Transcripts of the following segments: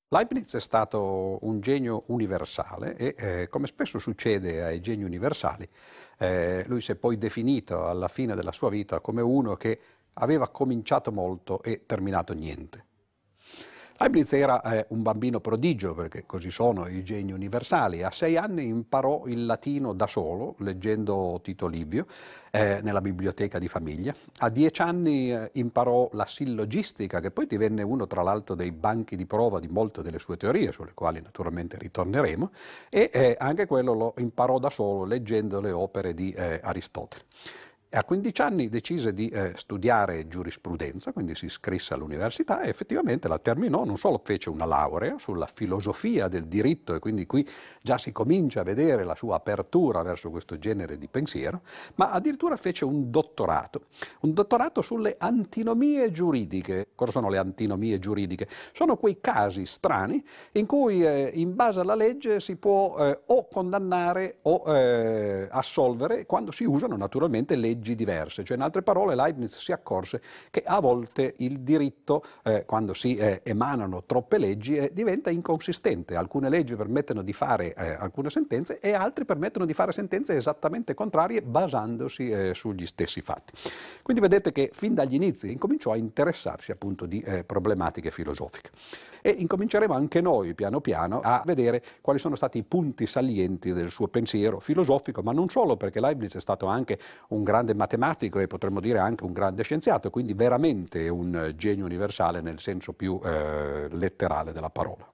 Leibniz è stato un genio universale e, come spesso succede ai geni universali, lui si è poi definito alla fine della sua vita come uno che aveva cominciato molto e terminato niente. Leibniz era un bambino prodigio, perché così sono i geni universali. A 6 anni imparò il latino da solo, leggendo Tito Livio, nella biblioteca di famiglia. A 10 anni imparò la sillogistica, che poi divenne uno, tra l'altro, dei banchi di prova di molte delle sue teorie, sulle quali naturalmente ritorneremo, e anche quello lo imparò da solo, leggendo le opere di Aristotele. A 15 anni decise di studiare giurisprudenza, quindi si iscrisse all'università e effettivamente la terminò. Non solo fece una laurea sulla filosofia del diritto, e quindi qui già si comincia a vedere la sua apertura verso questo genere di pensiero, ma addirittura fece un dottorato sulle antinomie giuridiche. Cosa sono le antinomie giuridiche? Sono quei casi strani in cui in base alla legge si può o condannare o assolvere, quando si usano naturalmente leggi diverse. Cioè, in altre parole, Leibniz si accorse che a volte il diritto, quando si emanano troppe leggi, diventa inconsistente. Alcune leggi permettono di fare alcune sentenze e altre permettono di fare sentenze esattamente contrarie, basandosi sugli stessi fatti. Quindi vedete che fin dagli inizi incominciò a interessarsi appunto di problematiche filosofiche. E incominceremo anche noi piano piano a vedere quali sono stati i punti salienti del suo pensiero filosofico, ma non solo, perché Leibniz è stato anche un grande matematico e potremmo dire anche un grande scienziato, quindi veramente un genio universale nel senso più letterale della parola.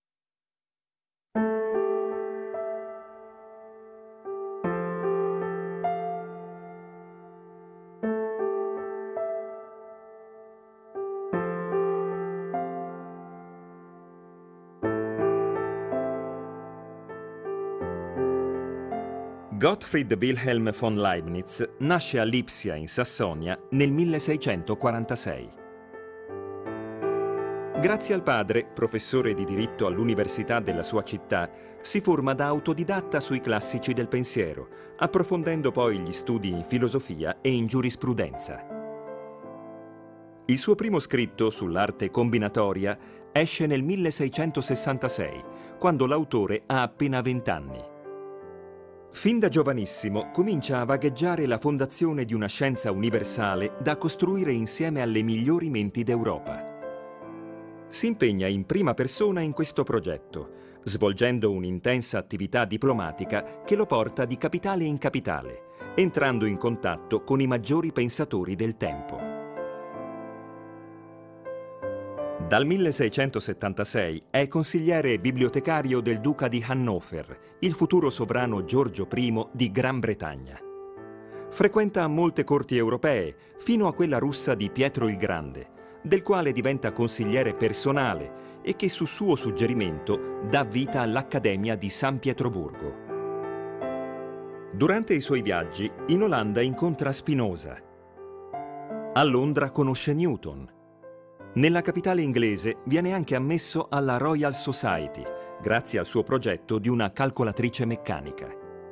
Gottfried Wilhelm von Leibniz nasce a Lipsia, in Sassonia, nel 1646. Grazie al padre, professore di diritto all'università della sua città, si forma da autodidatta sui classici del pensiero, approfondendo poi gli studi in filosofia e in giurisprudenza. Il suo primo scritto sull'arte combinatoria esce nel 1666, quando l'autore ha appena 20 anni. Fin da giovanissimo comincia a vagheggiare la fondazione di una scienza universale da costruire insieme alle migliori menti d'Europa. Si impegna in prima persona in questo progetto, svolgendo un'intensa attività diplomatica che lo porta di capitale in capitale, entrando in contatto con i maggiori pensatori del tempo. Dal 1676 è consigliere bibliotecario del duca di Hannover, il futuro sovrano Giorgio I di Gran Bretagna. Frequenta molte corti europee, fino a quella russa di Pietro il Grande, del quale diventa consigliere personale e che su suo suggerimento dà vita all'Accademia di San Pietroburgo. Durante i suoi viaggi in Olanda incontra Spinoza. A Londra conosce Newton. Nella capitale inglese viene anche ammesso alla Royal Society, grazie al suo progetto di una calcolatrice meccanica.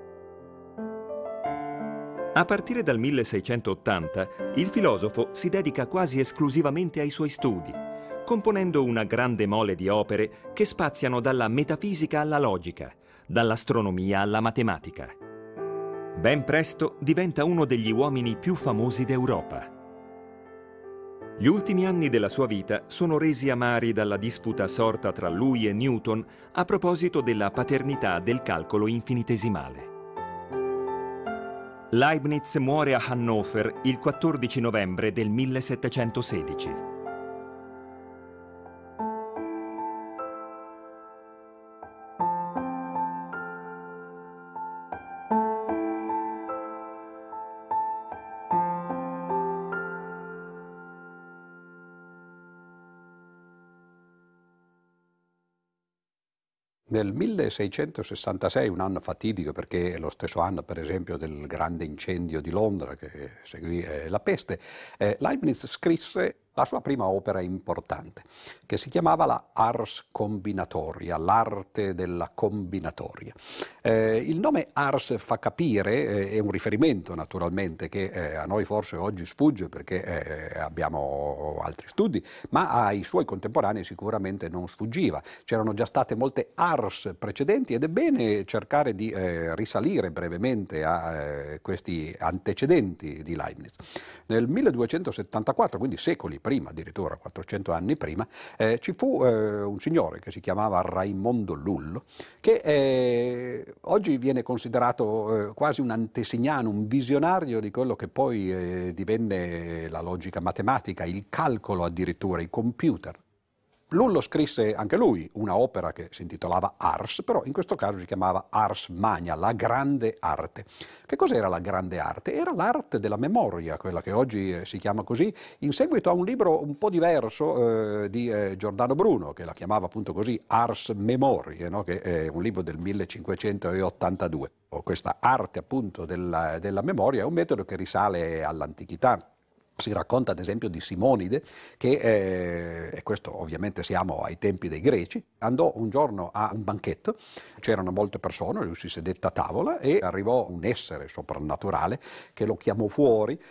A partire dal 1680, il filosofo si dedica quasi esclusivamente ai suoi studi, componendo una grande mole di opere che spaziano dalla metafisica alla logica, dall'astronomia alla matematica. Ben presto diventa uno degli uomini più famosi d'Europa. Gli ultimi anni della sua vita sono resi amari dalla disputa sorta tra lui e Newton a proposito della paternità del calcolo infinitesimale. Leibniz muore a Hannover il 14 novembre del 1716. Nel 1666, un anno fatidico perché è lo stesso anno per esempio del grande incendio di Londra che seguì la peste, Leibniz scrisse la sua prima opera importante, che si chiamava la Ars Combinatoria, l'arte della combinatoria. Il nome Ars fa capire, è un riferimento naturalmente che a noi forse oggi sfugge perché abbiamo altri studi, ma ai suoi contemporanei sicuramente non sfuggiva. C'erano già state molte Ars precedenti ed è bene cercare di risalire brevemente a questi antecedenti di Leibniz. Nel 1274, quindi secoli prima, addirittura 400 anni prima, ci fu un signore che si chiamava Raimondo Lullo, che oggi viene considerato quasi un antesignano, un visionario di quello che poi divenne la logica matematica, il calcolo addirittura, i computer. Lullo scrisse anche lui una opera che si intitolava Ars, però in questo caso si chiamava Ars Magna, la grande arte. Che cos'era la grande arte? Era l'arte della memoria, quella che oggi si chiama così, in seguito a un libro un po' diverso di Giordano Bruno, che la chiamava appunto così, Ars Memorie, no? Che è un libro del 1582. Questa arte appunto della memoria è un metodo che risale all'antichità. Si racconta ad esempio di Simonide che, e questo ovviamente siamo ai tempi dei greci, andò un giorno a un banchetto, c'erano molte persone, lui si sedette a tavola e arrivò un essere soprannaturale che lo chiamò fuori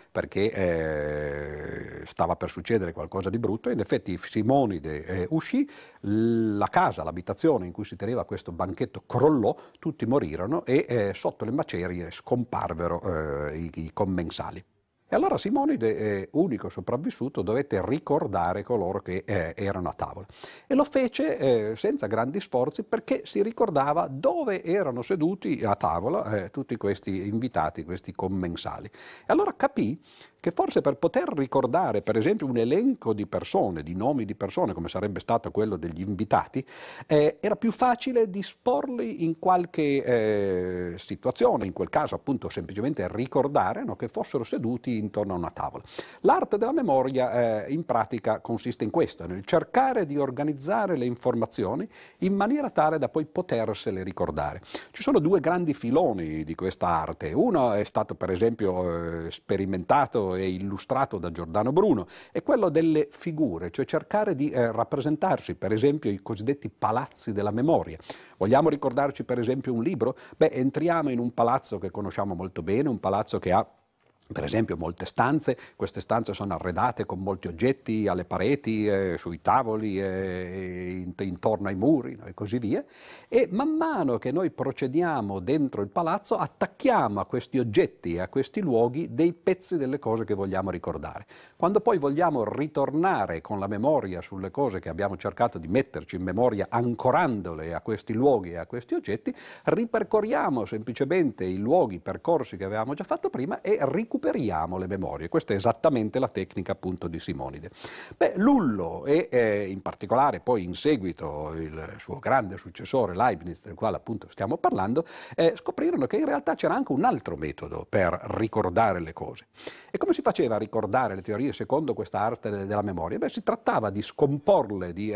perché stava per succedere qualcosa di brutto e in effetti Simonide uscì, la casa, l'abitazione in cui si teneva questo banchetto crollò, tutti morirono e sotto le macerie scomparvero i commensali. E allora Simonide, unico sopravvissuto, dovette ricordare coloro che erano a tavola. E lo fece senza grandi sforzi perché si ricordava dove erano seduti a tavola tutti questi invitati, questi commensali. E allora capì che forse per poter ricordare, per esempio, un elenco di persone, di nomi di persone, come sarebbe stato quello degli invitati, era più facile disporli in qualche situazione, in quel caso appunto semplicemente ricordare, no, che fossero seduti intorno a una tavola. L'arte della memoria in pratica consiste in questo, nel cercare di organizzare le informazioni in maniera tale da poi potersele ricordare. Ci sono due grandi filoni di questa arte. Uno è stato per esempio sperimentato e illustrato da Giordano Bruno, è quello delle figure, cioè cercare di rappresentarsi per esempio i cosiddetti palazzi della memoria. Vogliamo ricordarci per esempio un libro? Beh, entriamo in un palazzo che conosciamo molto bene, un palazzo che ha per esempio molte stanze, queste stanze sono arredate con molti oggetti alle pareti, sui tavoli, intorno ai muri, no, e così via, e man mano che noi procediamo dentro il palazzo attacchiamo a questi oggetti e a questi luoghi dei pezzi delle cose che vogliamo ricordare. Quando poi vogliamo ritornare con la memoria sulle cose che abbiamo cercato di metterci in memoria, ancorandole a questi luoghi e a questi oggetti, ripercorriamo semplicemente i luoghi, i percorsi che avevamo già fatto prima e recuperiamo le memorie. Questa è esattamente la tecnica appunto di Simonide. Beh, Lullo e in particolare poi in seguito il suo grande successore Leibniz, del quale appunto stiamo parlando, scoprirono che in realtà c'era anche un altro metodo per ricordare le cose. E come si faceva a ricordare le teorie secondo questa arte della memoria? Beh, si trattava di scomporle, di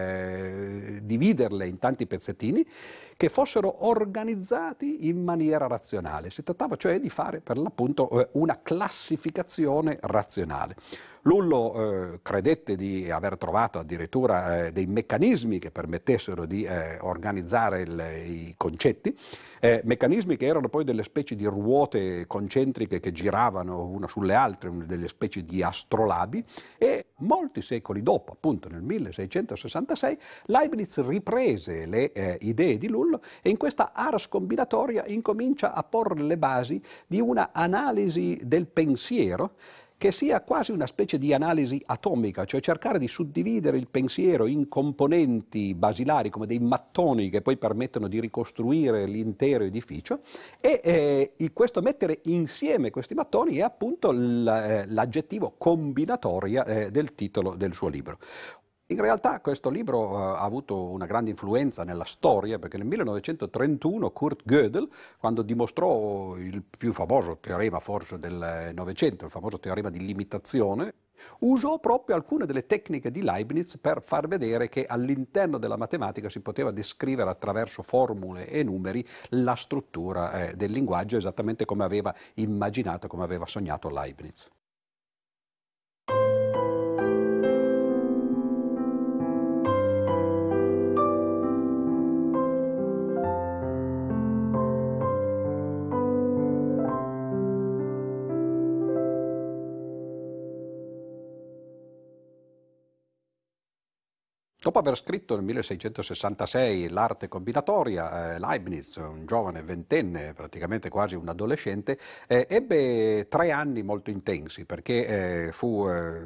dividerle in tanti pezzettini che fossero organizzati in maniera razionale. Si trattava cioè di fare per l'appunto una classificazione razionale. Lullo credette di aver trovato addirittura dei meccanismi che permettessero di organizzare i concetti, meccanismi che erano poi delle specie di ruote concentriche che giravano una sulle altre, delle specie di astrolabi, e molti secoli dopo, appunto nel 1666, Leibniz riprese le idee di Lullo e in questa ars combinatoria incomincia a porre le basi di una analisi del pensiero che sia quasi una specie di analisi atomica, cioè cercare di suddividere il pensiero in componenti basilari come dei mattoni che poi permettono di ricostruire l'intero edificio e questo mettere insieme questi mattoni è appunto l'aggettivo combinatoria del titolo del suo libro. In realtà questo libro ha avuto una grande influenza nella storia perché nel 1931 Kurt Gödel, quando dimostrò il più famoso teorema forse del Novecento, il famoso teorema di limitazione, usò proprio alcune delle tecniche di Leibniz per far vedere che all'interno della matematica si poteva descrivere attraverso formule e numeri la struttura del linguaggio esattamente come aveva immaginato, come aveva sognato Leibniz. Dopo aver scritto nel 1666 l'arte combinatoria, Leibniz, un giovane ventenne, praticamente quasi un adolescente, ebbe 3 anni molto intensi perché fu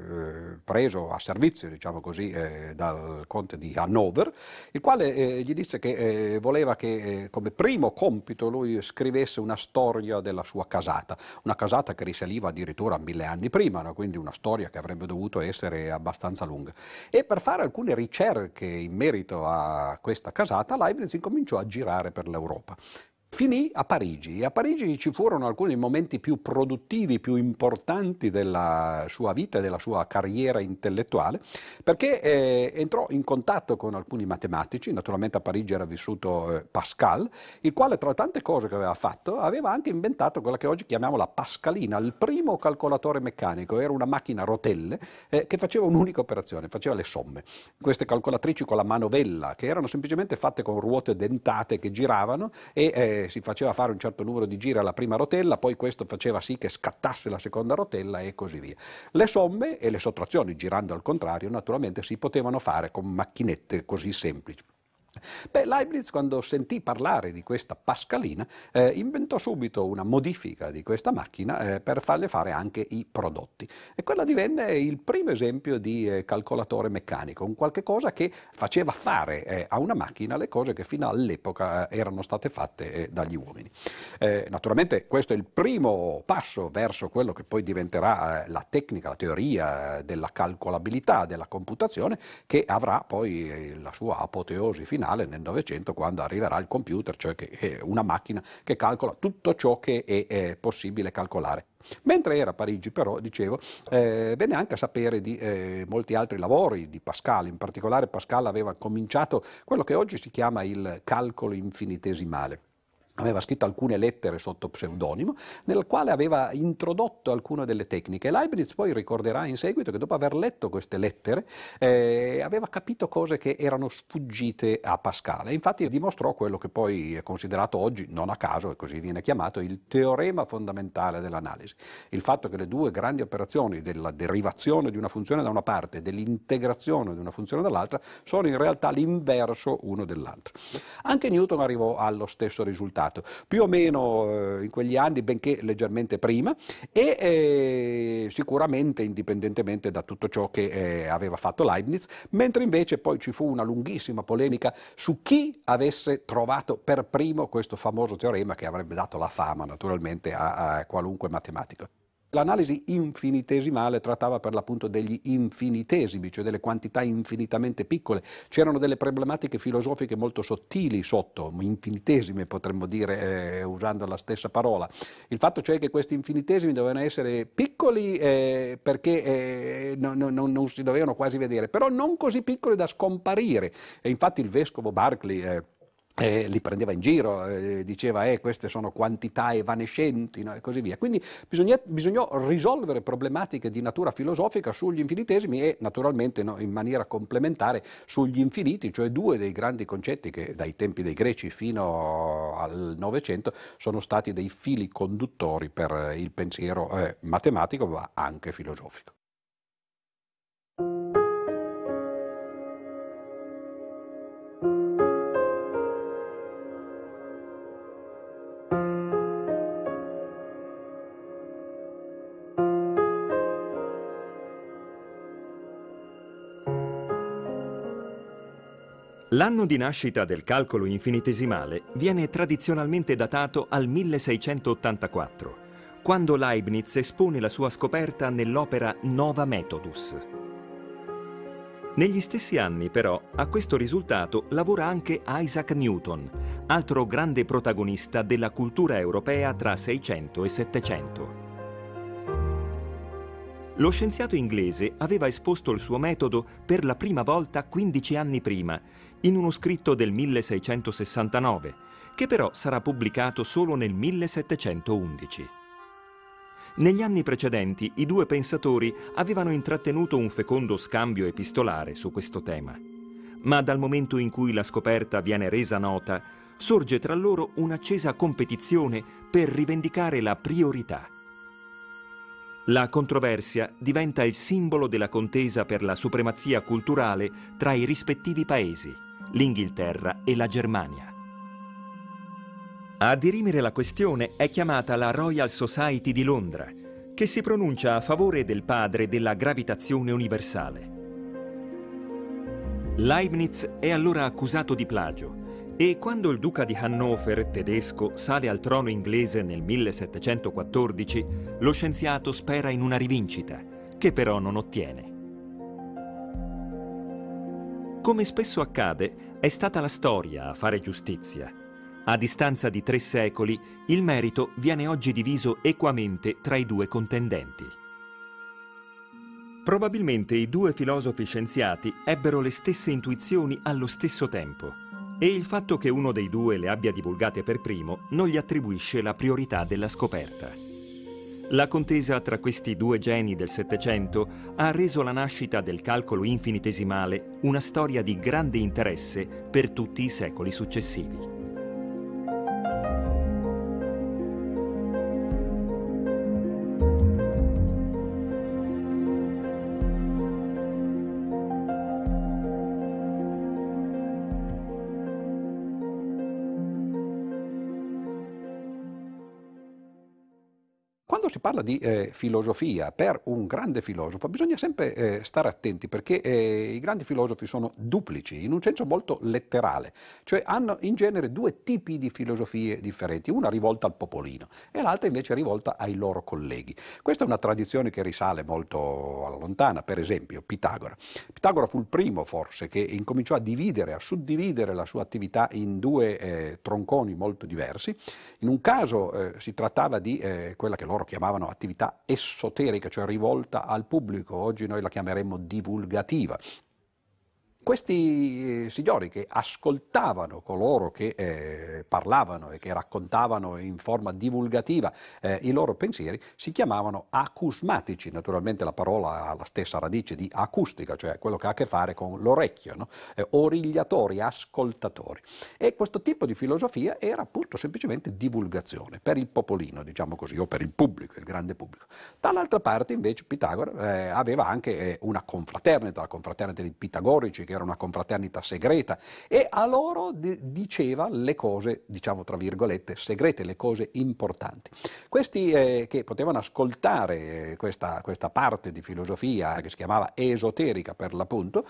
preso a servizio, diciamo così, dal conte di Hannover, il quale gli disse che voleva che come primo compito lui scrivesse una storia della sua casata, una casata che risaliva addirittura a 1000 anni prima, no? Quindi una storia che avrebbe dovuto essere abbastanza lunga. E per fare alcune ricerche in merito a questa casata, Leibniz incominciò a girare per l'Europa. Finì a Parigi e a Parigi ci furono alcuni momenti più produttivi, più importanti della sua vita e della sua carriera intellettuale, perché entrò in contatto con alcuni matematici. Naturalmente a Parigi era vissuto Pascal, il quale tra tante cose che aveva fatto aveva anche inventato quella che oggi chiamiamo la Pascalina, il primo calcolatore meccanico. Era una macchina a rotelle che faceva un'unica operazione, faceva le somme. Queste calcolatrici con la manovella, che erano semplicemente fatte con ruote dentate che giravano e si faceva fare un certo numero di giri alla prima rotella, poi questo faceva sì che scattasse la seconda rotella e così via. Le somme e le sottrazioni, girando al contrario, naturalmente si potevano fare con macchinette così semplici. Beh, Leibniz, quando sentì parlare di questa Pascalina, inventò subito una modifica di questa macchina per farle fare anche i prodotti. E quella divenne il primo esempio di calcolatore meccanico, un qualche cosa che faceva fare a una macchina le cose che fino all'epoca erano state fatte dagli uomini. Naturalmente questo è il primo passo verso quello che poi diventerà la tecnica, la teoria della calcolabilità, della computazione, che avrà poi la sua apoteosi finale nel Novecento, quando arriverà il computer, cioè che è una macchina che calcola tutto ciò che è possibile calcolare. Mentre era a Parigi, però, dicevo, venne anche a sapere di molti altri lavori di Pascal. In particolare Pascal aveva cominciato quello che oggi si chiama il calcolo infinitesimale. Aveva scritto alcune lettere sotto pseudonimo, nel quale aveva introdotto alcune delle tecniche. Leibniz poi ricorderà in seguito che dopo aver letto queste lettere aveva capito cose che erano sfuggite a Pascal. E infatti dimostrò quello che poi è considerato oggi, non a caso, e così viene chiamato, il teorema fondamentale dell'analisi. Il fatto che le due grandi operazioni della derivazione di una funzione da una parte e dell'integrazione di una funzione dall'altra sono in realtà l'inverso uno dell'altro. Anche Newton arrivò allo stesso risultato, più o meno in quegli anni, benché leggermente prima, e sicuramente indipendentemente da tutto ciò che aveva fatto Leibniz, mentre invece poi ci fu una lunghissima polemica su chi avesse trovato per primo questo famoso teorema che avrebbe dato la fama naturalmente a qualunque matematico. L'analisi infinitesimale trattava per l'appunto degli infinitesimi, cioè delle quantità infinitamente piccole. C'erano delle problematiche filosofiche molto sottili sotto, infinitesime potremmo dire usando la stessa parola. Il fatto cioè che questi infinitesimi dovevano essere piccoli perché non si dovevano quasi vedere, però non così piccoli da scomparire. E infatti il vescovo Berkeley li prendeva in giro, diceva queste sono quantità evanescenti, no? E così via. Quindi bisognò risolvere problematiche di natura filosofica sugli infinitesimi e naturalmente in maniera complementare sugli infiniti, cioè due dei grandi concetti che dai tempi dei Greci fino al Novecento sono stati dei fili conduttori per il pensiero matematico ma anche filosofico. L'anno di nascita del calcolo infinitesimale viene tradizionalmente datato al 1684, quando Leibniz espone la sua scoperta nell'opera Nova Methodus. Negli stessi anni, però, a questo risultato lavora anche Isaac Newton, altro grande protagonista della cultura europea tra 600 e 700. Lo scienziato inglese aveva esposto il suo metodo per la prima volta 15 anni prima, in uno scritto del 1669, che però sarà pubblicato solo nel 1711. Negli anni precedenti i due pensatori avevano intrattenuto un fecondo scambio epistolare su questo tema, ma dal momento in cui la scoperta viene resa nota, sorge tra loro un'accesa competizione per rivendicare la priorità. La controversia diventa il simbolo della contesa per la supremazia culturale tra i rispettivi paesi, l'Inghilterra e la Germania. A dirimere la questione è chiamata la Royal Society di Londra, che si pronuncia a favore del padre della gravitazione universale. Leibniz è allora accusato di plagio e quando il duca di Hannover, tedesco, sale al trono inglese nel 1714, lo scienziato spera in una rivincita, che però non ottiene. Come spesso accade, è stata la storia a fare giustizia. A distanza di 3 secoli, il merito viene oggi diviso equamente tra i due contendenti. Probabilmente i due filosofi scienziati ebbero le stesse intuizioni allo stesso tempo e il fatto che uno dei due le abbia divulgate per primo non gli attribuisce la priorità della scoperta. La contesa tra questi due geni del Settecento ha reso la nascita del calcolo infinitesimale una storia di grande interesse per tutti i secoli successivi. Quando si parla di filosofia per un grande filosofo bisogna sempre stare attenti perché i grandi filosofi sono duplici in un senso molto letterale, cioè hanno in genere due tipi di filosofie differenti, una rivolta al popolino e l'altra invece rivolta ai loro colleghi. Questa è una tradizione che risale molto lontana, per esempio Pitagora. Pitagora fu il primo forse che incominciò a suddividere la sua attività in due tronconi molto diversi. In un caso si trattava di quella che loro chiamavano attività esoterica, cioè rivolta al pubblico, oggi noi la chiameremmo divulgativa. Questi signori che ascoltavano coloro che parlavano e che raccontavano in forma divulgativa i loro pensieri si chiamavano acusmatici, naturalmente la parola ha la stessa radice di acustica, cioè quello che ha a che fare con l'orecchio, no? Origliatori, ascoltatori. E questo tipo di filosofia era appunto semplicemente divulgazione, per il popolino, diciamo così, o per il pubblico, il grande pubblico. Dall'altra parte invece Pitagora aveva anche una confraternita, la confraternita dei pitagorici, che era una confraternita segreta, e a loro diceva le cose, diciamo tra virgolette, segrete, le cose importanti. Questi che potevano ascoltare questa parte di filosofia che si chiamava esoterica per l'appunto,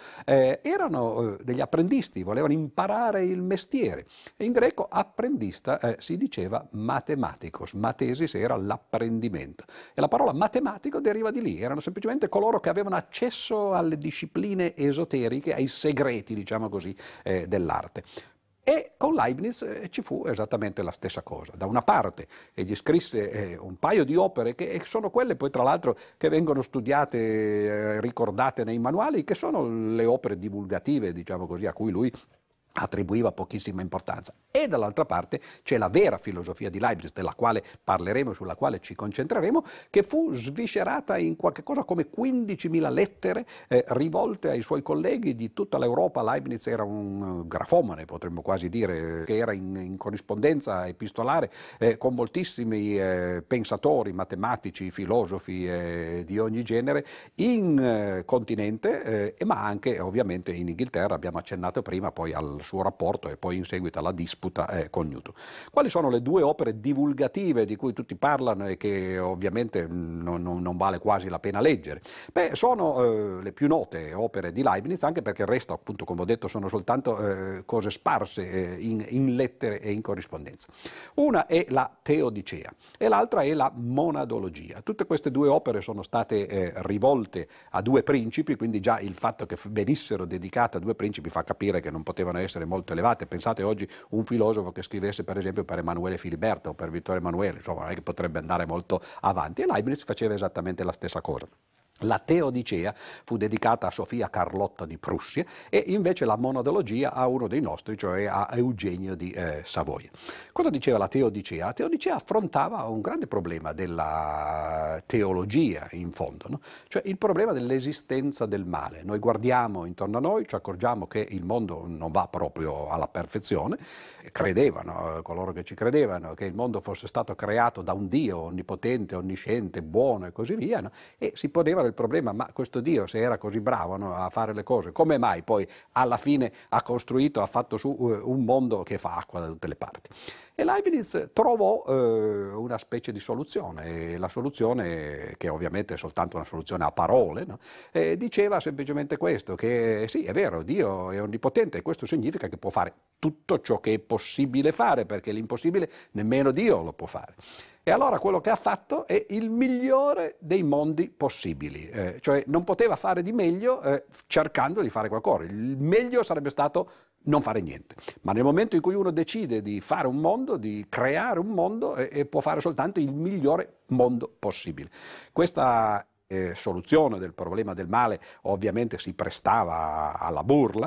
erano degli apprendisti, volevano imparare il mestiere. E in greco apprendista si diceva mathematicos, matesis era l'apprendimento. E la parola matematico deriva di lì, erano semplicemente coloro che avevano accesso alle discipline esoteriche, ai segreti, diciamo così, dell'arte. E con Leibniz ci fu esattamente la stessa cosa. Da una parte egli scrisse un paio di opere che sono quelle poi tra l'altro che vengono studiate, ricordate nei manuali, che sono le opere divulgative, diciamo così, a cui lui attribuiva pochissima importanza. E dall'altra parte c'è la vera filosofia di Leibniz, della quale parleremo e sulla quale ci concentreremo, che fu sviscerata in qualche cosa come 15.000 lettere rivolte ai suoi colleghi di tutta l'Europa. Leibniz era un grafomane, potremmo quasi dire, che era in corrispondenza epistolare con moltissimi pensatori, matematici, filosofi di ogni genere in continente, ma anche ovviamente in Inghilterra. Abbiamo accennato prima poi al suo rapporto e poi in seguito alla disputa con Newton. Quali sono le due opere divulgative di cui tutti parlano e che ovviamente non vale quasi la pena leggere? Beh, sono le più note opere di Leibniz, anche perché il resto, appunto, come ho detto, sono soltanto cose sparse in lettere e in corrispondenza. Una è la Teodicea e l'altra è la Monadologia. Tutte queste due opere sono state rivolte a due principi, quindi già il fatto che venissero dedicate a due principi fa capire che non potevano essere molto elevate. Pensate oggi un filosofo che scrivesse per esempio per Emanuele Filiberto o per Vittorio Emanuele, insomma non è che potrebbe andare molto avanti, e Leibniz faceva esattamente la stessa cosa. La Teodicea fu dedicata a Sofia Carlotta di Prussia e invece la monadologia a uno dei nostri, cioè a Eugenio di Savoia. Cosa diceva la Teodicea? La Teodicea affrontava un grande problema della teologia, in fondo, no? Cioè il problema dell'esistenza del male. Noi guardiamo intorno a noi, ci accorgiamo che il mondo non va proprio alla perfezione. Credevano, coloro che ci credevano, che il mondo fosse stato creato da un Dio onnipotente, onnisciente, buono e così via, no? E si ponevano il problema: ma questo Dio, se era così bravo, no, a fare le cose, come mai poi alla fine ha fatto su un mondo che fa acqua da tutte le parti? E Leibniz trovò una specie di soluzione, e la soluzione, che ovviamente è soltanto una soluzione a parole, no? Diceva semplicemente questo, che sì, è vero, Dio è onnipotente e questo significa che può fare tutto ciò che è possibile fare, perché l'impossibile nemmeno Dio lo può fare. E allora quello che ha fatto è il migliore dei mondi possibili, cioè non poteva fare di meglio cercando di fare qualcosa. Il meglio sarebbe stato non fare niente, ma nel momento in cui uno decide di fare un mondo, di creare un mondo, può fare soltanto il migliore mondo possibile. Questa soluzione del problema del male ovviamente si prestava alla burla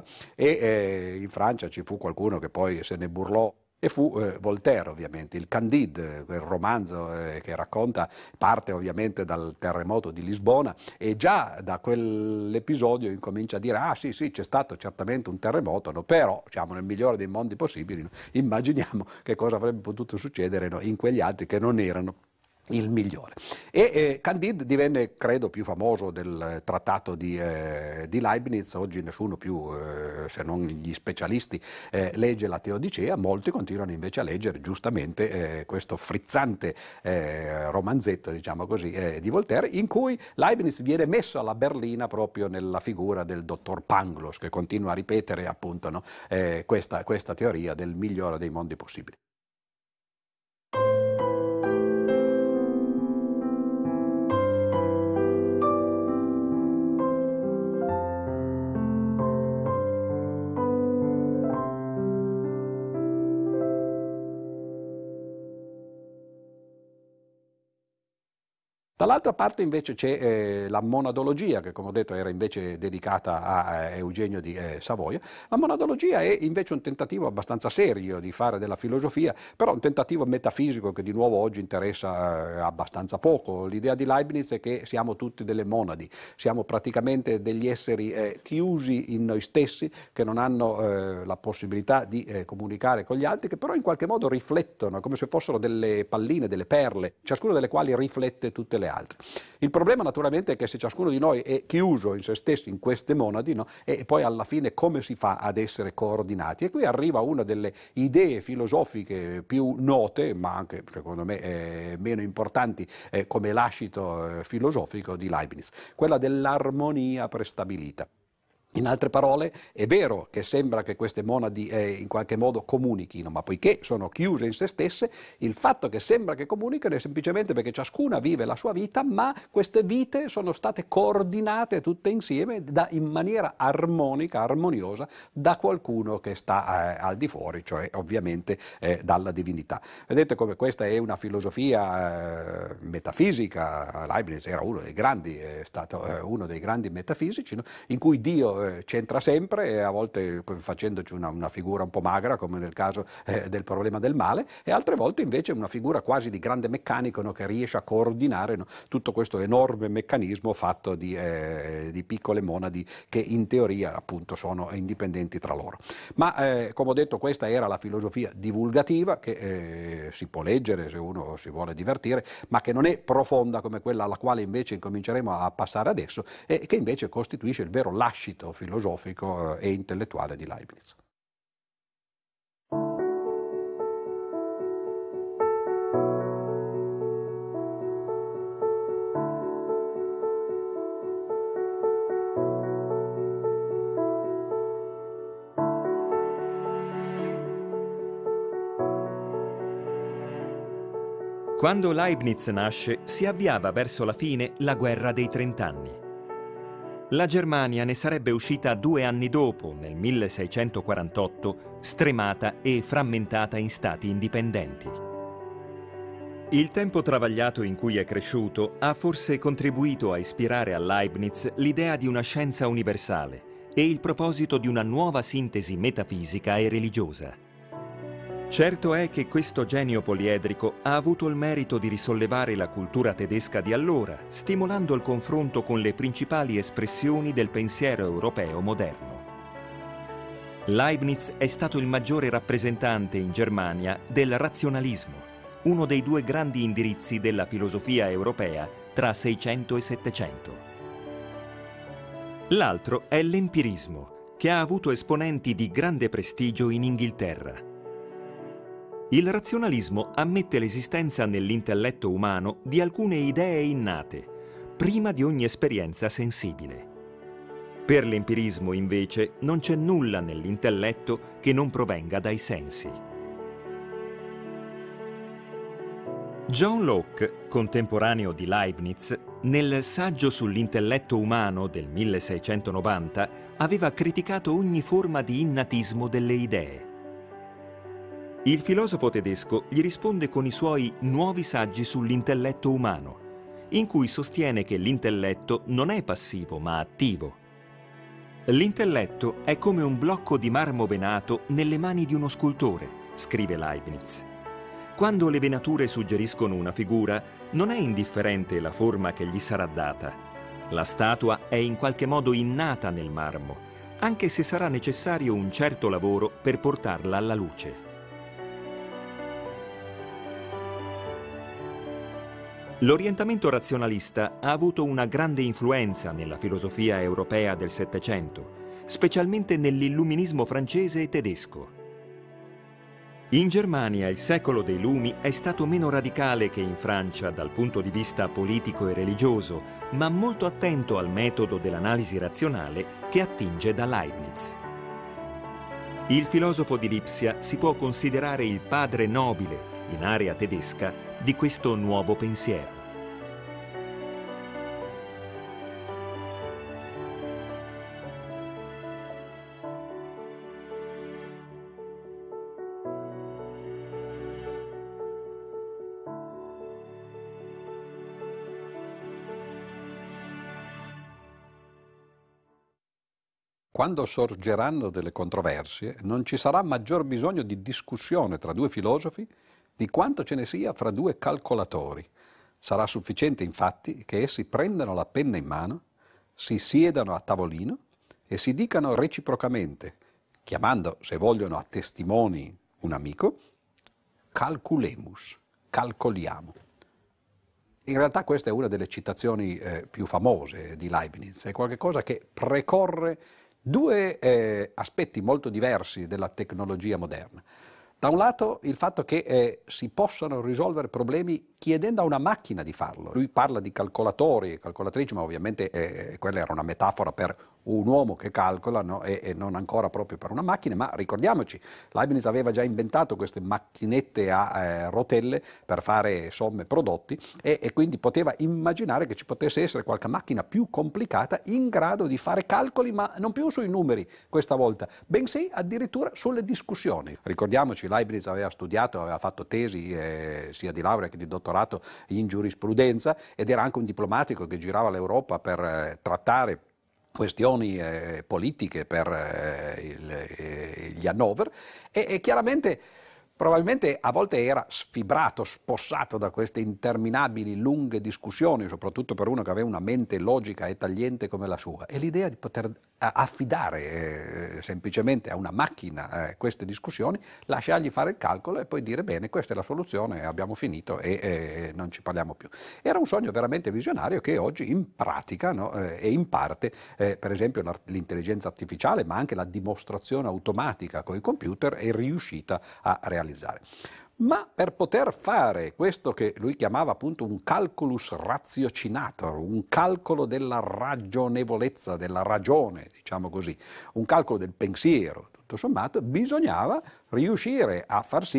e in Francia ci fu qualcuno che poi se ne burlò. E fu Voltaire, ovviamente, il Candide, quel romanzo che racconta, parte ovviamente dal terremoto di Lisbona, e già da quell'episodio incomincia a dire: ah sì, c'è stato certamente un terremoto, no? Però siamo nel migliore dei mondi possibili, no? Immaginiamo che cosa avrebbe potuto succedere, no? In quegli altri che non erano il migliore. E Candide divenne, credo, più famoso del trattato di Leibniz. Oggi nessuno più, se non gli specialisti, legge la Teodicea. Molti continuano invece a leggere giustamente questo frizzante romanzetto, diciamo così, di Voltaire, in cui Leibniz viene messo alla berlina proprio nella figura del dottor Pangloss, che continua a ripetere appunto, no, questa teoria del migliore dei mondi possibili. Dall'altra parte invece c'è la monadologia, che come ho detto era invece dedicata a Eugenio di Savoia. La monadologia è invece un tentativo abbastanza serio di fare della filosofia, però un tentativo metafisico che di nuovo oggi interessa abbastanza poco. L'idea di Leibniz è che siamo tutti delle monadi, siamo praticamente degli esseri chiusi in noi stessi, che non hanno la possibilità di comunicare con gli altri, che però in qualche modo riflettono, come se fossero delle palline, delle perle, ciascuna delle quali riflette tutte le altre. Il problema naturalmente è che se ciascuno di noi è chiuso in se stesso, in queste monadi, no? E poi alla fine come si fa ad essere coordinati? E qui arriva una delle idee filosofiche più note, ma anche secondo me meno importanti come lascito filosofico di Leibniz, quella dell'armonia prestabilita. In altre parole, è vero che sembra che queste monadi in qualche modo comunichino, ma poiché sono chiuse in se stesse, il fatto che sembra che comunicano è semplicemente perché ciascuna vive la sua vita, ma queste vite sono state coordinate tutte insieme in maniera armonica, armoniosa, da qualcuno che sta al di fuori, cioè ovviamente dalla divinità. Vedete come questa è una filosofia metafisica. Leibniz era uno dei grandi, è stato uno dei grandi metafisici, no? In cui Dio c'entra sempre, e a volte facendoci una figura un po' magra, come nel caso del problema del male, e altre volte invece una figura quasi di grande meccanico, no, che riesce a coordinare, no, tutto questo enorme meccanismo fatto di piccole monadi che in teoria appunto sono indipendenti tra loro. Ma come ho detto, questa era la filosofia divulgativa che si può leggere se uno si vuole divertire, ma che non è profonda come quella alla quale invece incominceremo a passare adesso, e che invece costituisce il vero lascito filosofico e intellettuale di Leibniz. Quando Leibniz nasce, si avviava verso la fine la guerra dei 30 anni. La Germania ne sarebbe uscita 2 anni dopo, nel 1648, stremata e frammentata in stati indipendenti. Il tempo travagliato in cui è cresciuto ha forse contribuito a ispirare a Leibniz l'idea di una scienza universale e il proposito di una nuova sintesi metafisica e religiosa. Certo è che questo genio poliedrico ha avuto il merito di risollevare la cultura tedesca di allora, stimolando il confronto con le principali espressioni del pensiero europeo moderno. Leibniz è stato il maggiore rappresentante in Germania del razionalismo, uno dei due grandi indirizzi della filosofia europea tra 600 e 700. L'altro è l'empirismo, che ha avuto esponenti di grande prestigio in Inghilterra. Il razionalismo ammette l'esistenza nell'intelletto umano di alcune idee innate, prima di ogni esperienza sensibile. Per l'empirismo, invece, non c'è nulla nell'intelletto che non provenga dai sensi. John Locke, contemporaneo di Leibniz, nel saggio sull'intelletto umano del 1690 aveva criticato ogni forma di innatismo delle idee. Il filosofo tedesco gli risponde con i suoi nuovi saggi sull'intelletto umano, in cui sostiene che l'intelletto non è passivo ma attivo. L'intelletto è come un blocco di marmo venato nelle mani di uno scultore, scrive Leibniz. Quando le venature suggeriscono una figura, non è indifferente la forma che gli sarà data. La statua è in qualche modo innata nel marmo, anche se sarà necessario un certo lavoro per portarla alla luce. L'orientamento razionalista ha avuto una grande influenza nella filosofia europea del Settecento, specialmente nell'illuminismo francese e tedesco. In Germania il secolo dei Lumi è stato meno radicale che in Francia dal punto di vista politico e religioso, ma molto attento al metodo dell'analisi razionale che attinge da Leibniz. Il filosofo di Lipsia si può considerare il padre nobile, in area tedesca, di questo nuovo pensiero. Quando sorgeranno delle controversie, non ci sarà maggior bisogno di discussione tra due filosofi di quanto ce ne sia fra due calcolatori. Sarà sufficiente, infatti, che essi prendano la penna in mano, si siedano a tavolino e si dicano reciprocamente, chiamando, se vogliono, a testimoni un amico, calculemus, calcoliamo. In realtà questa è una delle citazioni più famose di Leibniz, è qualcosa che precorre due aspetti molto diversi della tecnologia moderna. Da un lato il fatto che si possano risolvere problemi chiedendo a una macchina di farlo. Lui parla di calcolatori e calcolatrici, ma ovviamente quella era una metafora per un uomo che calcola, no? e non ancora proprio per una macchina, ma ricordiamoci, Leibniz aveva già inventato queste macchinette a rotelle per fare somme prodotti e quindi poteva immaginare che ci potesse essere qualche macchina più complicata in grado di fare calcoli, ma non più sui numeri questa volta, bensì addirittura sulle discussioni. Ricordiamoci, Leibniz aveva studiato, aveva fatto tesi sia di laurea che di dottorato in giurisprudenza ed era anche un diplomatico che girava l'Europa per trattare questioni politiche per gli Hannover e chiaramente probabilmente a volte era sfibrato, spossato da queste interminabili lunghe discussioni, soprattutto per uno che aveva una mente logica e tagliente come la sua. E l'idea di poter affidare semplicemente a una macchina queste discussioni, lasciargli fare il calcolo e poi dire bene, questa è la soluzione, abbiamo finito e non ci parliamo più. Era un sogno veramente visionario che oggi in pratica, no, e in parte, per esempio l'intelligenza artificiale, ma anche la dimostrazione automatica con i computer è riuscita a realizzare. Ma per poter fare questo che lui chiamava appunto un calculus ratiocinator, un calcolo della ragionevolezza, della ragione, diciamo così, un calcolo del pensiero, tutto sommato, bisognava riuscire a far sì che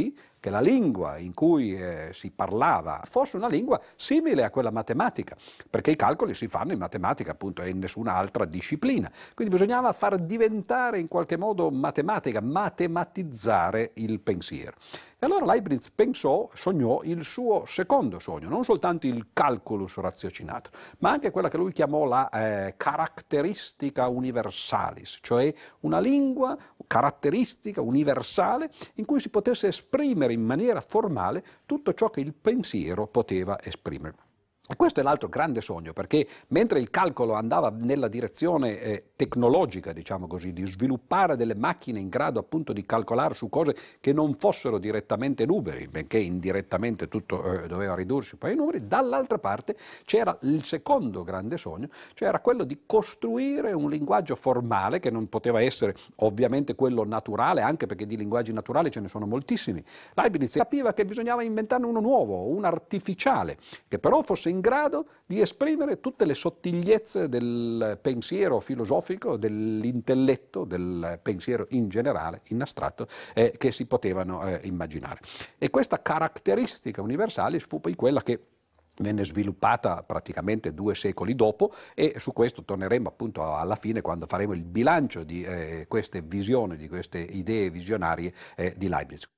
che la lingua in cui si parlava fosse una lingua simile a quella matematica, perché i calcoli si fanno in matematica appunto e in nessuna altra disciplina. Quindi bisognava far diventare in qualche modo matematica, matematizzare il pensiero. E allora Leibniz sognò il suo secondo sogno, non soltanto il calculus ratiocinator, ma anche quella che lui chiamò la caratteristica universalis, cioè una lingua caratteristica universale in cui si potesse esprimere in maniera formale tutto ciò che il pensiero poteva esprimere. E questo è l'altro grande sogno, perché mentre il calcolo andava nella direzione tecnologica, diciamo così, di sviluppare delle macchine in grado appunto di calcolare su cose che non fossero direttamente numeri, benché indirettamente tutto doveva ridursi poi ai numeri, dall'altra parte c'era il secondo grande sogno, cioè era quello di costruire un linguaggio formale che non poteva essere ovviamente quello naturale, anche perché di linguaggi naturali ce ne sono moltissimi. Leibniz capiva che bisognava inventarne uno nuovo, un artificiale, che però fosse in grado di esprimere tutte le sottigliezze del pensiero filosofico, dell'intelletto, del pensiero in generale, in astratto, che si potevano immaginare. E questa caratteristica universalis fu poi quella che venne sviluppata praticamente 2 secoli dopo, e su questo torneremo appunto alla fine quando faremo il bilancio di queste visioni, di queste idee visionarie di Leibniz.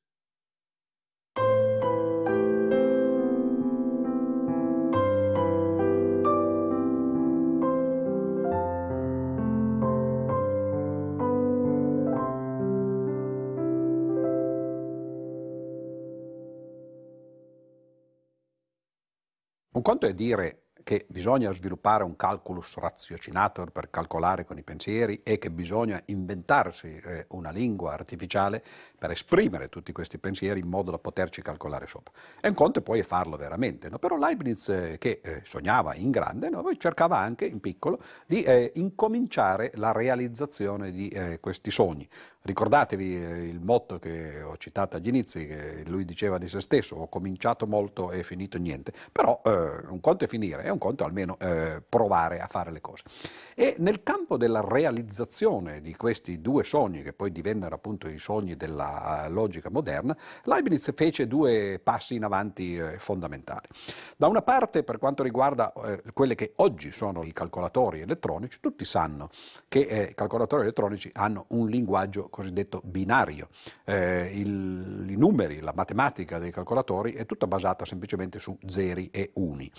Un conto è dire che bisogna sviluppare un calculus ratiocinator per calcolare con i pensieri e che bisogna inventarsi una lingua artificiale per esprimere tutti questi pensieri in modo da poterci calcolare sopra. E un conto poi è farlo veramente, no? Però Leibniz, che sognava in grande, no? Poi cercava anche in piccolo di incominciare la realizzazione di questi sogni. Ricordatevi il motto che ho citato agli inizi, che lui diceva di se stesso: ho cominciato molto e finito niente. Però un conto è finire, è un conto almeno provare a fare le cose. E nel campo della realizzazione di questi 2 sogni, che poi divennero appunto i sogni della logica moderna, Leibniz fece 2 passi in avanti fondamentali. Da una parte, per quanto riguarda quelle che oggi sono i calcolatori elettronici, tutti sanno che i calcolatori elettronici hanno un linguaggio cosiddetto binario. I numeri, la matematica dei calcolatori è tutta basata semplicemente su zeri e uni.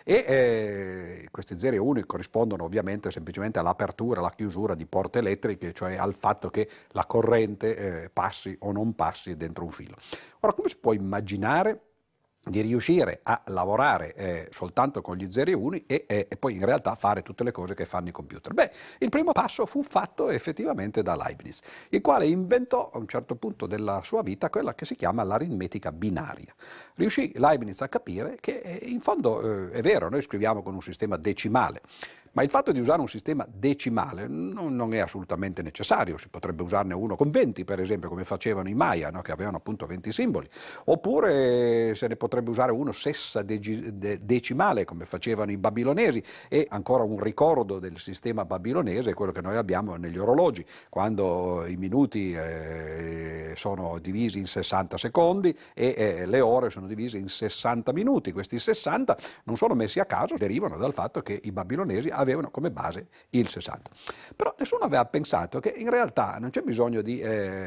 E questi zeri e uni corrispondono ovviamente semplicemente all'apertura, alla chiusura di porte elettriche, cioè al fatto che la corrente passi o non passi dentro un filo. Ora, come si può immaginare di riuscire a lavorare soltanto con gli zeri e uni e poi in realtà fare tutte le cose che fanno i computer? Beh, il primo passo fu fatto effettivamente da Leibniz, il quale inventò a un certo punto della sua vita quella che si chiama l'aritmetica binaria. Riuscì Leibniz a capire che in fondo è vero, noi scriviamo con un sistema decimale, ma il fatto di usare un sistema decimale non è assolutamente necessario. Si potrebbe usarne uno con 20, per esempio, come facevano i Maya, no? Che avevano appunto 20 simboli, oppure se ne potrebbe usare uno sessadecimale, come facevano i babilonesi. E ancora un ricordo del sistema babilonese è quello che noi abbiamo negli orologi, quando i minuti sono divisi in 60 secondi e le ore sono divise in 60 minuti. Questi 60 non sono messi a caso, derivano dal fatto che i babilonesi avevano come base il 60. Però nessuno aveva pensato che in realtà non c'è bisogno di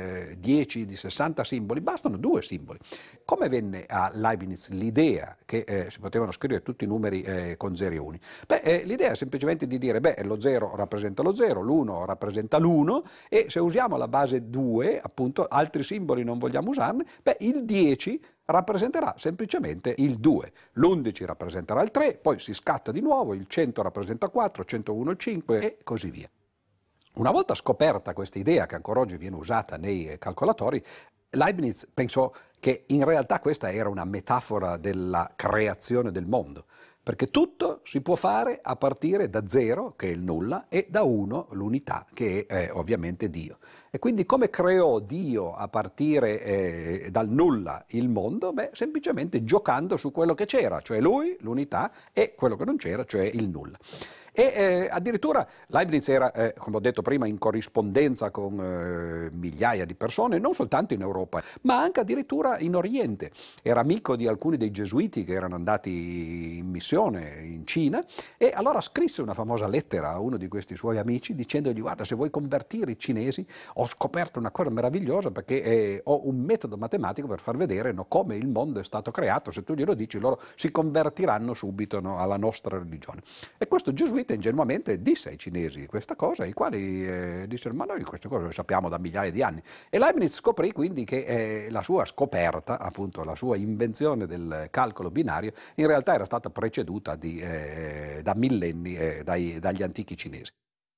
10, di 60 simboli, bastano 2 simboli. Come venne a Leibniz l'idea che si potevano scrivere tutti i numeri con zeri e uni? Beh, l'idea è semplicemente di dire, lo 0 rappresenta lo 0, l'1 rappresenta l'1 e se usiamo la base 2, appunto, altri simboli non vogliamo usarne, il 10 rappresenterà semplicemente il 2, l'11 rappresenterà il 3, poi si scatta di nuovo, il 100 rappresenta 4, 101 il 5 e così via. Una volta scoperta questa idea, che ancora oggi viene usata nei calcolatori, Leibniz pensò che in realtà questa era una metafora della creazione del mondo, perché tutto si può fare a partire da 0, che è il nulla, e da 1, l'unità, che è ovviamente Dio. E quindi come creò Dio a partire dal nulla il mondo? Semplicemente giocando su quello che c'era, cioè lui, l'unità, e quello che non c'era, cioè il nulla. E addirittura Leibniz era, come ho detto prima, in corrispondenza con migliaia di persone, non soltanto in Europa, ma anche addirittura in Oriente. Era amico di alcuni dei gesuiti che erano andati in missione in Cina, e allora scrisse una famosa lettera a uno di questi suoi amici dicendogli: guarda, se vuoi convertire i cinesi, ho scoperto una cosa meravigliosa, perché ho un metodo matematico per far vedere, no, come il mondo è stato creato. Se tu glielo dici, loro si convertiranno subito, no, alla nostra religione. E questo gesuita ingenuamente disse ai cinesi questa cosa, i quali dissero: ma noi queste cose le sappiamo da migliaia di anni. E Leibniz scoprì quindi che la sua scoperta, appunto la sua invenzione del calcolo binario, in realtà era stata preceduta da millenni dagli antichi cinesi.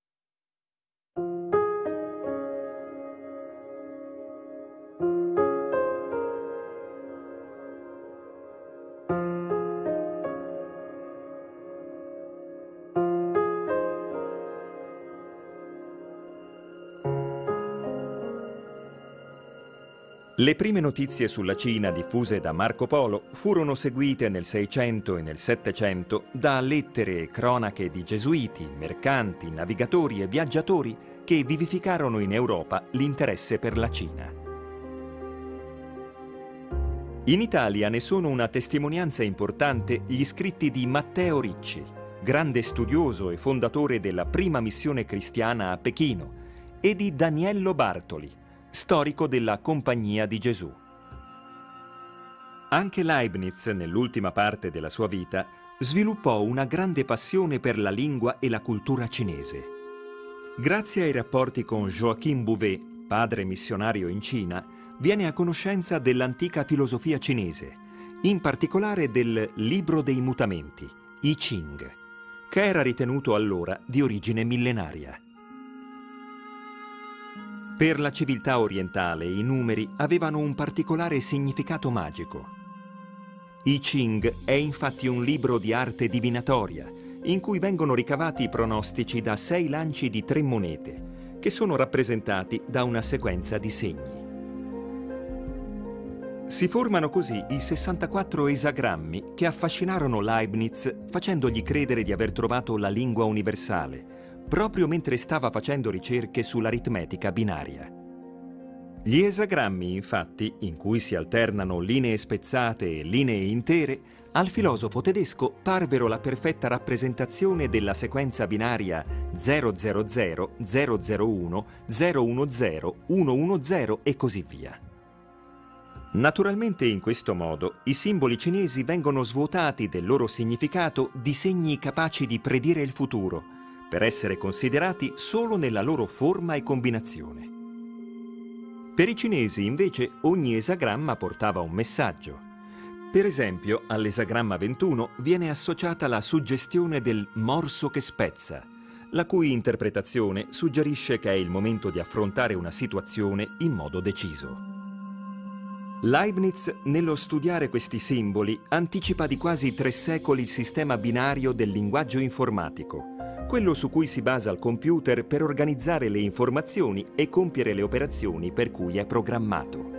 Le prime notizie sulla Cina diffuse da Marco Polo furono seguite nel 600 e nel 700 da lettere e cronache di gesuiti, mercanti, navigatori e viaggiatori che vivificarono in Europa l'interesse per la Cina. In Italia ne sono una testimonianza importante gli scritti di Matteo Ricci, grande studioso e fondatore della prima missione cristiana a Pechino, e di Daniello Bartoli, storico della Compagnia di Gesù. Anche Leibniz, nell'ultima parte della sua vita, sviluppò una grande passione per la lingua e la cultura cinese. Grazie ai rapporti con Joachim Bouvet, padre missionario in Cina, viene a conoscenza dell'antica filosofia cinese, in particolare del Libro dei Mutamenti, I Ching, che era ritenuto allora di origine millenaria. Per la civiltà orientale i numeri avevano un particolare significato magico. I Ching è infatti un libro di arte divinatoria, in cui vengono ricavati i pronostici da 6 lanci di 3 monete, che sono rappresentati da una sequenza di segni. Si formano così i 64 esagrammi che affascinarono Leibniz, facendogli credere di aver trovato la lingua universale, proprio mentre stava facendo ricerche sull'aritmetica binaria. Gli esagrammi, infatti, in cui si alternano linee spezzate e linee intere, al filosofo tedesco parvero la perfetta rappresentazione della sequenza binaria 000, 001, 010, 110 e così via. Naturalmente in questo modo i simboli cinesi vengono svuotati del loro significato di segni capaci di predire il futuro, per essere considerati solo nella loro forma e combinazione. Per i cinesi, invece, ogni esagramma portava un messaggio. Per esempio, all'esagramma 21 viene associata la suggestione del morso che spezza, la cui interpretazione suggerisce che è il momento di affrontare una situazione in modo deciso. Leibniz, nello studiare questi simboli, anticipa di quasi 3 secoli il sistema binario del linguaggio informatico, quello su cui si basa il computer per organizzare le informazioni e compiere le operazioni per cui è programmato.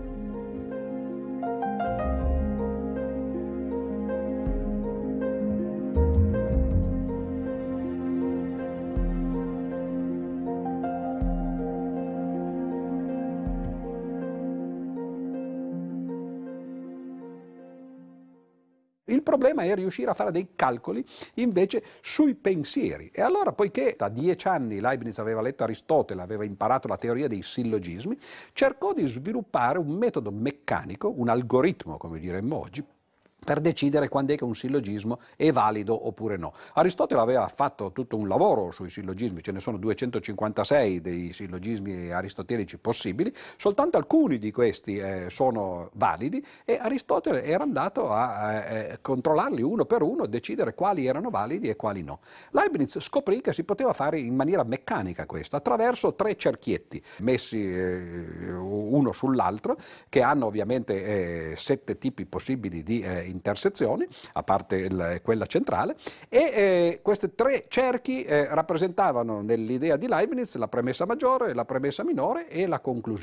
Il problema è riuscire a fare dei calcoli invece sui pensieri. E allora, poiché da 10 anni Leibniz aveva letto Aristotele, aveva imparato la teoria dei sillogismi, cercò di sviluppare un metodo meccanico, un algoritmo, come diremmo oggi, per decidere quando è che un sillogismo è valido oppure no. Aristotele aveva fatto tutto un lavoro sui sillogismi, ce ne sono 256 dei sillogismi aristotelici possibili, soltanto alcuni di questi sono validi, e Aristotele era andato a controllarli uno per uno, decidere quali erano validi e quali no. Leibniz scoprì che si poteva fare in maniera meccanica questo, attraverso 3 cerchietti messi uno sull'altro, che hanno ovviamente 7 tipi possibili di intersezioni, a parte quella centrale, e questi 3 cerchi rappresentavano nell'idea di Leibniz la premessa maggiore, la premessa minore e la conclusione.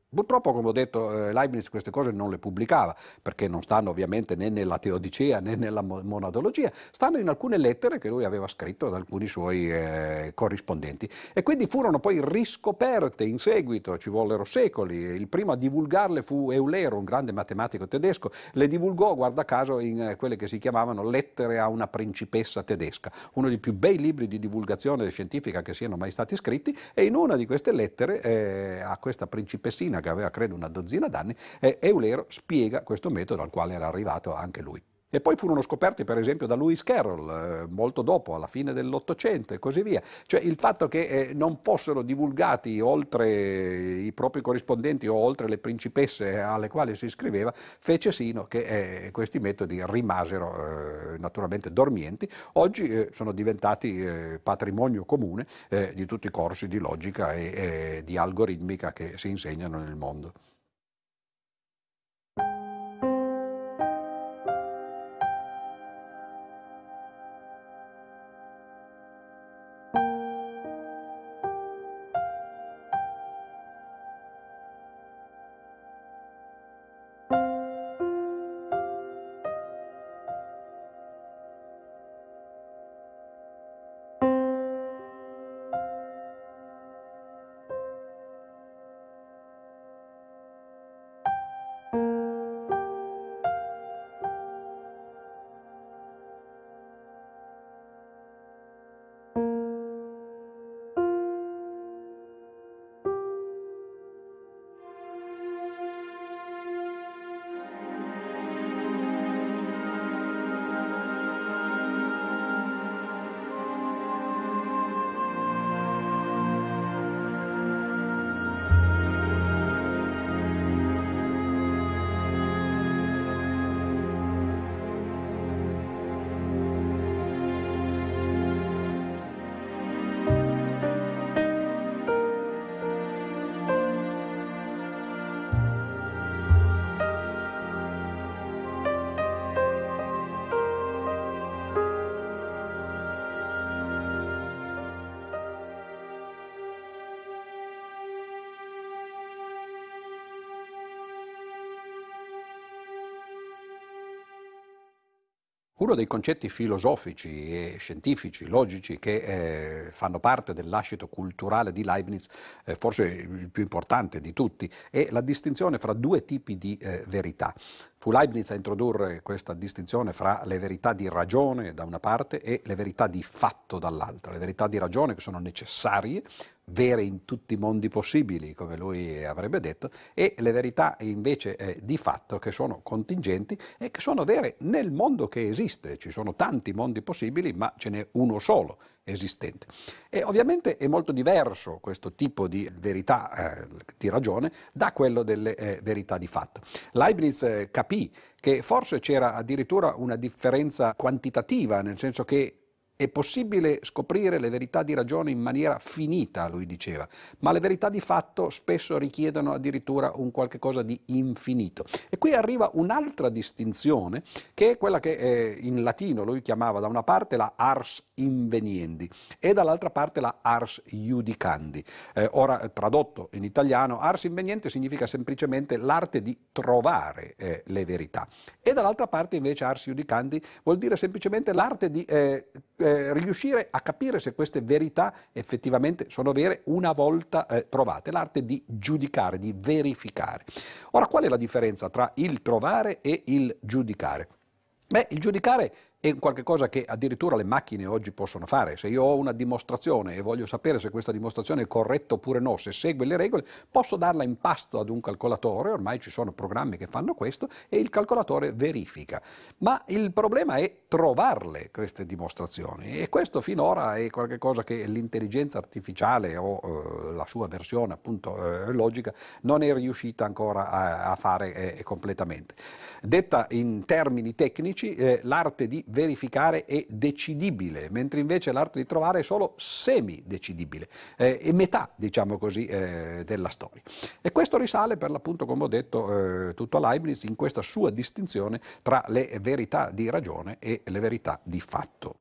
Purtroppo, come ho detto, Leibniz queste cose non le pubblicava, perché non stanno ovviamente né nella Teodicea né nella monadologia, stanno in alcune lettere che lui aveva scritto ad alcuni suoi corrispondenti, e quindi furono poi riscoperte in seguito, ci vollero secoli. Il primo a divulgarle fu Eulero, un grande matematico tedesco, le divulgò, guarda caso, in quelle che si chiamavano Lettere a una principessa tedesca, uno dei più bei libri di divulgazione scientifica che siano mai stati scritti, e in una di queste lettere a questa principessina, che aveva credo una dozzina d'anni, Eulero spiega questo metodo al quale era arrivato anche lui. E poi furono scoperti per esempio da Lewis Carroll, molto dopo, alla fine dell'Ottocento e così via. Cioè il fatto che non fossero divulgati oltre i propri corrispondenti o oltre le principesse alle quali si scriveva, fece sì che questi metodi rimasero naturalmente dormienti. Oggi sono diventati patrimonio comune di tutti i corsi di logica e di algoritmica che si insegnano nel mondo. Uno dei concetti filosofici e scientifici, logici, che fanno parte del lascito culturale di Leibniz, forse il più importante di tutti, è la distinzione fra due tipi di verità. Fu Leibniz a introdurre questa distinzione fra le verità di ragione da una parte e le verità di fatto dall'altra. Le verità di ragione, che sono necessarie, vere in tutti i mondi possibili, come lui avrebbe detto, e le verità invece di fatto, che sono contingenti e che sono vere nel mondo che esiste. Ci sono tanti mondi possibili, ma ce n'è uno solo esistente. E ovviamente è molto diverso questo tipo di verità di ragione da quello delle verità di fatto. Leibniz capì che forse c'era addirittura una differenza quantitativa, nel senso che è possibile scoprire le verità di ragione in maniera finita, lui diceva, ma le verità di fatto spesso richiedono addirittura un qualche cosa di infinito. E qui arriva un'altra distinzione, che è quella che in latino lui chiamava da una parte la ars inveniendi e dall'altra parte la ars iudicandi. Ora tradotto in italiano, ars inveniente significa semplicemente l'arte di trovare le verità, e dall'altra parte invece ars iudicandi vuol dire semplicemente l'arte di riuscire a capire se queste verità effettivamente sono vere una volta trovate, l'arte di giudicare, di verificare. Ora, qual è la differenza tra il trovare e il giudicare? Beh, il giudicare è qualche cosa che addirittura le macchine oggi possono fare. Se io ho una dimostrazione e voglio sapere se questa dimostrazione è corretta oppure no, se segue le regole, posso darla in pasto ad un calcolatore, ormai ci sono programmi che fanno questo, e il calcolatore verifica. Ma il problema è trovarle queste dimostrazioni, e questo finora è qualche cosa che l'intelligenza artificiale o la sua versione appunto logica non è riuscita ancora a fare completamente. Detta in termini tecnici, l'arte di verificare è decidibile, mentre invece l'arte di trovare è solo semi-decidibile, è metà, diciamo così, della storia. E questo risale, per l'appunto, come ho detto, tutto a Leibniz, in questa sua distinzione tra le verità di ragione e le verità di fatto.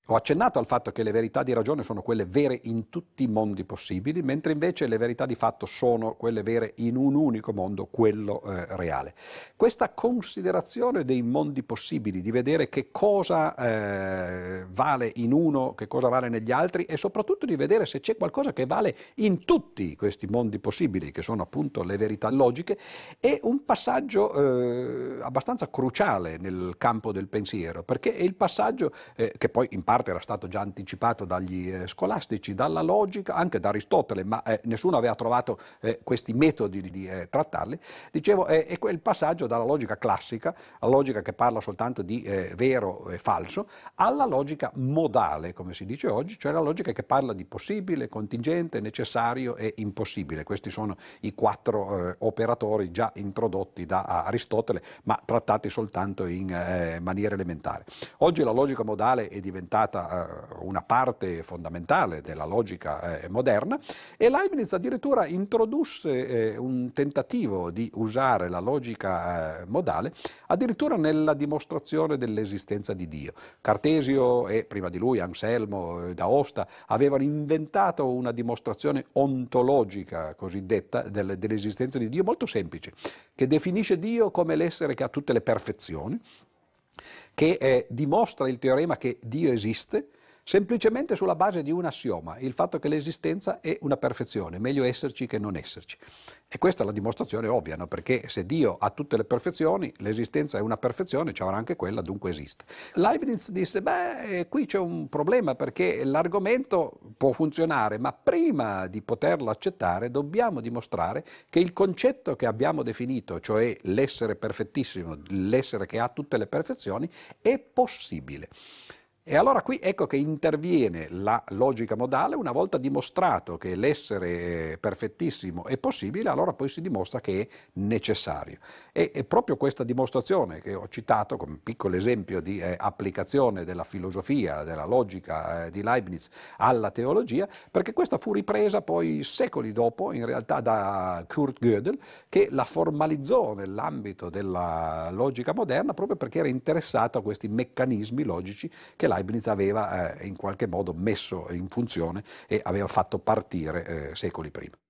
Ho accennato al fatto che le verità di ragione sono quelle vere in tutti i mondi possibili, mentre invece le verità di fatto sono quelle vere in un unico mondo, quello reale. Questa considerazione dei mondi possibili, di vedere che cosa vale in uno, che cosa vale negli altri e soprattutto di vedere se c'è qualcosa che vale in tutti questi mondi possibili, che sono appunto le verità logiche, è un passaggio abbastanza cruciale nel campo del pensiero, perché è il passaggio che poi in parte era stato già anticipato dagli scolastici, dalla logica, anche da Aristotele, ma nessuno aveva trovato questi metodi di trattarli. Dicevo, è quel passaggio dalla logica classica, alla logica che parla soltanto di vero e falso, alla logica modale, come si dice oggi, cioè la logica che parla di possibile, contingente, necessario e impossibile. Questi sono i 4 operatori già introdotti da Aristotele, ma trattati soltanto in maniera elementare. Oggi la logica modale è diventata una parte fondamentale della logica moderna e Leibniz addirittura introdusse un tentativo di usare la logica modale addirittura nella dimostrazione dell'esistenza di Dio. Cartesio e prima di lui Anselmo d'Aosta avevano inventato una dimostrazione ontologica cosiddetta dell'esistenza di Dio molto semplice, che definisce Dio come l'essere che ha tutte le perfezioni, che dimostra il teorema che Dio esiste semplicemente sulla base di un assioma, il fatto che l'esistenza è una perfezione, meglio esserci che non esserci. E questa è la dimostrazione ovvia, no? Perché se Dio ha tutte le perfezioni, l'esistenza è una perfezione, ci avrà anche quella, dunque esiste. Leibniz disse, beh, qui c'è un problema perché l'argomento può funzionare, ma prima di poterlo accettare dobbiamo dimostrare che il concetto che abbiamo definito, cioè l'essere perfettissimo, l'essere che ha tutte le perfezioni, è possibile. E allora qui ecco che interviene la logica modale, una volta dimostrato che l'essere perfettissimo è possibile, allora poi si dimostra che è necessario. E proprio questa dimostrazione che ho citato come piccolo esempio di applicazione della filosofia, della logica di Leibniz alla teologia, perché questa fu ripresa poi secoli dopo, in realtà da Kurt Gödel, che la formalizzò nell'ambito della logica moderna proprio perché era interessato a questi meccanismi logici che Leibniz aveva in qualche modo messo in funzione e aveva fatto partire secoli prima.